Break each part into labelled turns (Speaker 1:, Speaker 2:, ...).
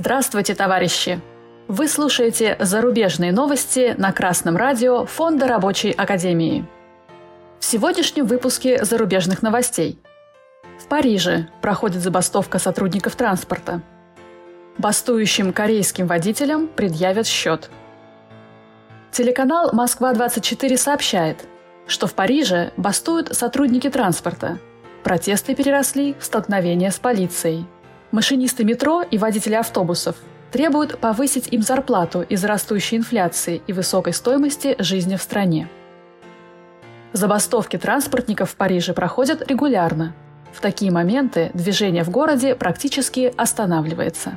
Speaker 1: Здравствуйте, товарищи! Вы слушаете зарубежные новости на Красном радио Фонда Рабочей Академии. В сегодняшнем выпуске зарубежных новостей. В Париже проходит забастовка сотрудников транспорта. Бастующим корейским водителям предъявят счет. Телеканал «Москва-24» сообщает, что в Париже бастуют сотрудники транспорта. Протесты переросли в столкновения с полицией. Машинисты метро и водители автобусов требуют повысить им зарплату из-за растущей инфляции и высокой стоимости жизни в стране. Забастовки транспортников в Париже проходят регулярно. В такие моменты движение в городе практически останавливается.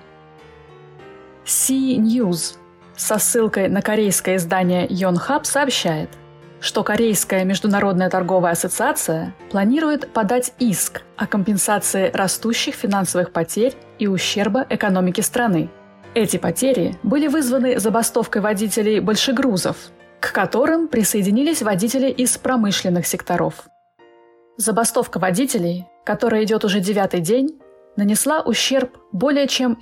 Speaker 1: C-News со ссылкой на корейское издание Yonhap сообщает, что Корейская международная торговая ассоциация планирует подать иск о компенсации растущих финансовых потерь и ущерба экономике страны. Эти потери были вызваны забастовкой водителей большегрузов, к которым присоединились водители из промышленных секторов. Забастовка водителей, которая идет уже 9-й день, нанесла ущерб более чем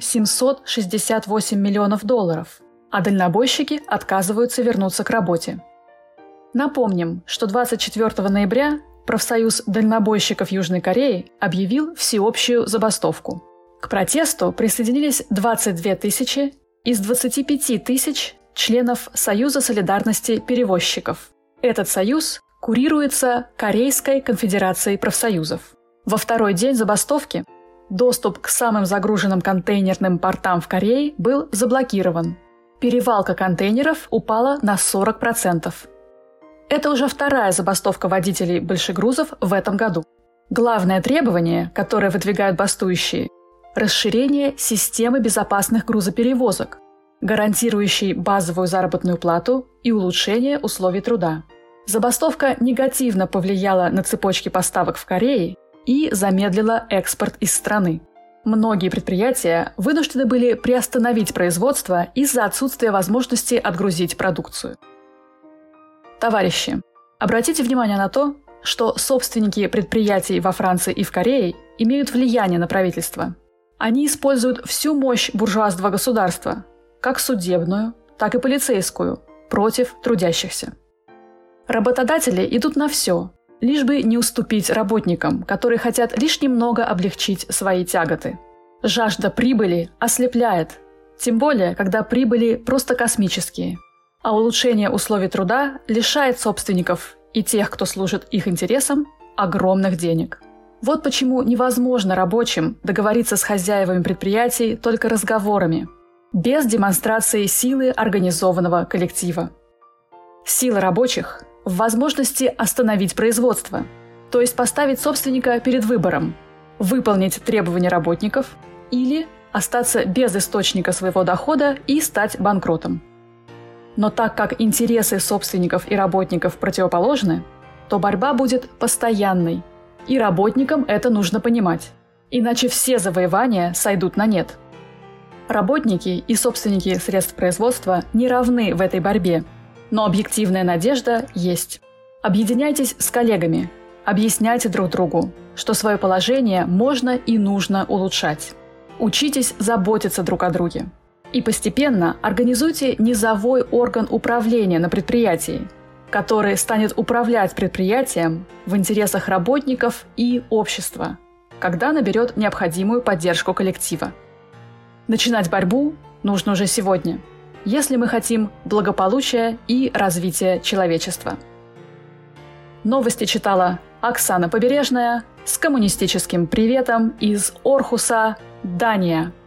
Speaker 1: $768 миллионов, а дальнобойщики отказываются вернуться к работе. Напомним, что 24 ноября профсоюз дальнобойщиков Южной Кореи объявил всеобщую забастовку. К протесту присоединились 22 тысячи из 25 тысяч членов Союза солидарности перевозчиков. Этот союз курируется Корейской конфедерацией профсоюзов. Во второй день забастовки доступ к самым загруженным контейнерным портам в Корее был заблокирован. Перевалка контейнеров упала на 40%. Это уже вторая забастовка водителей большегрузов в этом году. Главное требование, которое выдвигают бастующие – расширение системы безопасных грузоперевозок, гарантирующей базовую заработную плату и улучшение условий труда. Забастовка негативно повлияла на цепочки поставок в Корее и замедлила экспорт из страны. Многие предприятия вынуждены были приостановить производство из-за отсутствия возможности отгрузить продукцию. Товарищи, обратите внимание на то, что собственники предприятий во Франции и в Корее имеют влияние на правительство. Они используют всю мощь буржуазного государства, как судебную, так и полицейскую, против трудящихся. Работодатели идут на все, лишь бы не уступить работникам, которые хотят лишь немного облегчить свои тяготы. Жажда прибыли ослепляет, тем более, когда прибыли просто космические. А улучшение условий труда лишает собственников и тех, кто служит их интересам, огромных денег. Вот почему невозможно рабочим договориться с хозяевами предприятий только разговорами, без демонстрации силы организованного коллектива. Сила рабочих в возможности остановить производство, то есть поставить собственника перед выбором – выполнить требования работников или остаться без источника своего дохода и стать банкротом. Но так как интересы собственников и работников противоположны, то борьба будет постоянной, и работникам это нужно понимать, иначе все завоевания сойдут на нет. Работники и собственники средств производства не равны в этой борьбе, но объективная надежда есть. Объединяйтесь с коллегами, объясняйте друг другу, что свое положение можно и нужно улучшать. Учитесь заботиться друг о друге. И постепенно организуйте низовой орган управления на предприятии, который станет управлять предприятием в интересах работников и общества, когда наберет необходимую поддержку коллектива. Начинать борьбу нужно уже сегодня, если мы хотим благополучия и развития человечества. Новости читала Оксана Побережная с коммунистическим приветом из Орхуса, Дания.